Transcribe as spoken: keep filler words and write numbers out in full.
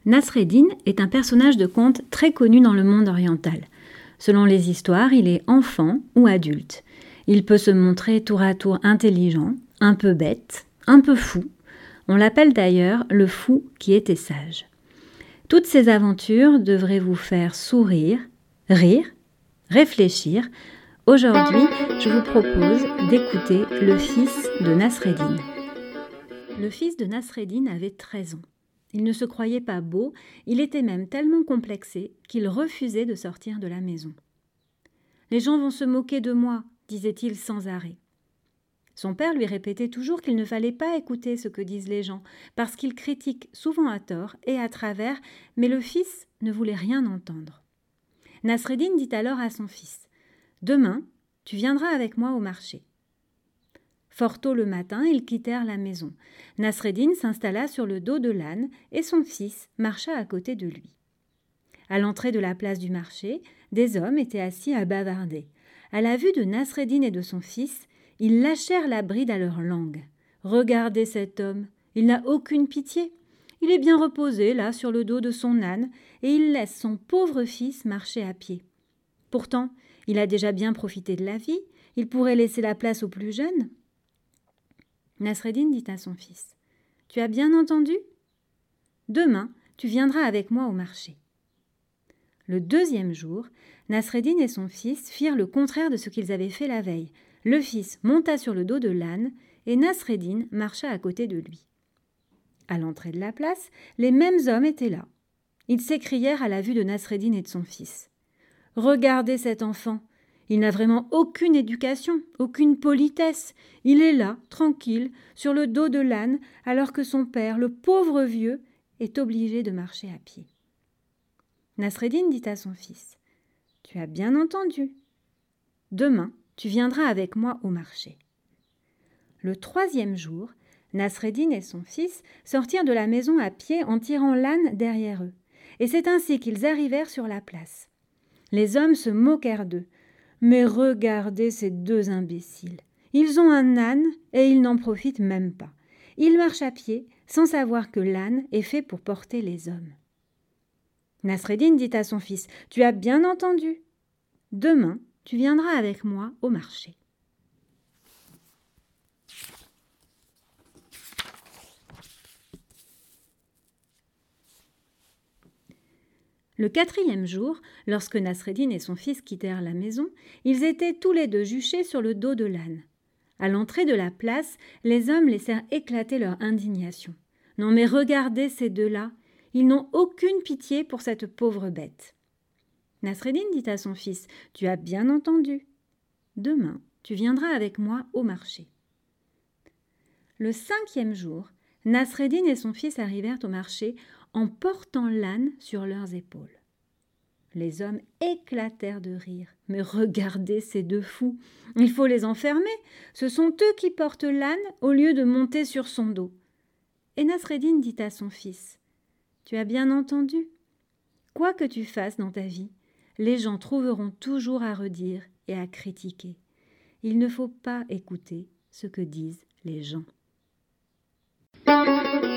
Nasreddin est un personnage de conte très connu dans le monde oriental. Selon les histoires, il est enfant ou adulte. Il peut se montrer tour à tour intelligent, un peu bête, un peu fou. On l'appelle d'ailleurs le fou qui était sage. Toutes ces aventures devraient vous faire sourire, rire, réfléchir. Aujourd'hui, je vous propose d'écouter le fils de Nasreddin. Le fils de Nasreddin avait treize ans. Il ne se croyait pas beau, il était même tellement complexé qu'il refusait de sortir de la maison. « Les gens vont se moquer de moi », disait-il sans arrêt. Son père lui répétait toujours qu'il ne fallait pas écouter ce que disent les gens, parce qu'ils critiquent souvent à tort et à travers, mais le fils ne voulait rien entendre. Nasreddin dit alors à son fils « Demain, tu viendras avec moi au marché ». Fort tôt le matin, ils quittèrent la maison. Nasreddin s'installa sur le dos de l'âne et son fils marcha à côté de lui. À l'entrée de la place du marché, des hommes étaient assis à bavarder. À la vue de Nasreddin et de son fils, ils lâchèrent la bride à leur langue. « Regardez cet homme, il n'a aucune pitié. Il est bien reposé là sur le dos de son âne et il laisse son pauvre fils marcher à pied. Pourtant, il a déjà bien profité de la vie, il pourrait laisser la place aux plus jeunes. » Nasreddin dit à son fils « Tu as bien entendu ? Demain, tu viendras avec moi au marché. » Le deuxième jour, Nasreddin et son fils firent le contraire de ce qu'ils avaient fait la veille. Le fils monta sur le dos de l'âne et Nasreddin marcha à côté de lui. À l'entrée de la place, les mêmes hommes étaient là. Ils s'écrièrent à la vue de Nasreddin et de son fils « Regardez cet enfant ! Il n'a vraiment aucune éducation, aucune politesse. Il est là, tranquille, sur le dos de l'âne, alors que son père, le pauvre vieux, est obligé de marcher à pied. » Nasreddin dit à son fils « Tu as bien entendu. Demain, tu viendras avec moi au marché. » Le troisième jour, Nasreddin et son fils sortirent de la maison à pied en tirant l'âne derrière eux. Et c'est ainsi qu'ils arrivèrent sur la place. Les hommes se moquèrent d'eux. « Mais regardez ces deux imbéciles. Ils ont un âne et ils n'en profitent même pas. Ils marchent à pied sans savoir que l'âne est fait pour porter les hommes. » Nasreddin dit à son fils « Tu as bien entendu. Demain, tu viendras avec moi au marché. » Le quatrième jour, lorsque Nasreddin et son fils quittèrent la maison, ils étaient tous les deux juchés sur le dos de l'âne. À l'entrée de la place, les hommes laissèrent éclater leur indignation. « Non mais regardez ces deux-là, ils n'ont aucune pitié pour cette pauvre bête. » Nasreddin dit à son fils « Tu as bien entendu. Demain, tu viendras avec moi au marché. » Le cinquième jour, Nasreddin et son fils arrivèrent au marché en portant l'âne sur leurs épaules. Les hommes éclatèrent de rire. « Mais regardez ces deux fous, il faut les enfermer, ce sont eux qui portent l'âne au lieu de monter sur son dos. » Et Nasreddin dit à son fils « Tu as bien entendu. Quoi que tu fasses dans ta vie, les gens trouveront toujours à redire et à critiquer. Il ne faut pas écouter ce que disent les gens. »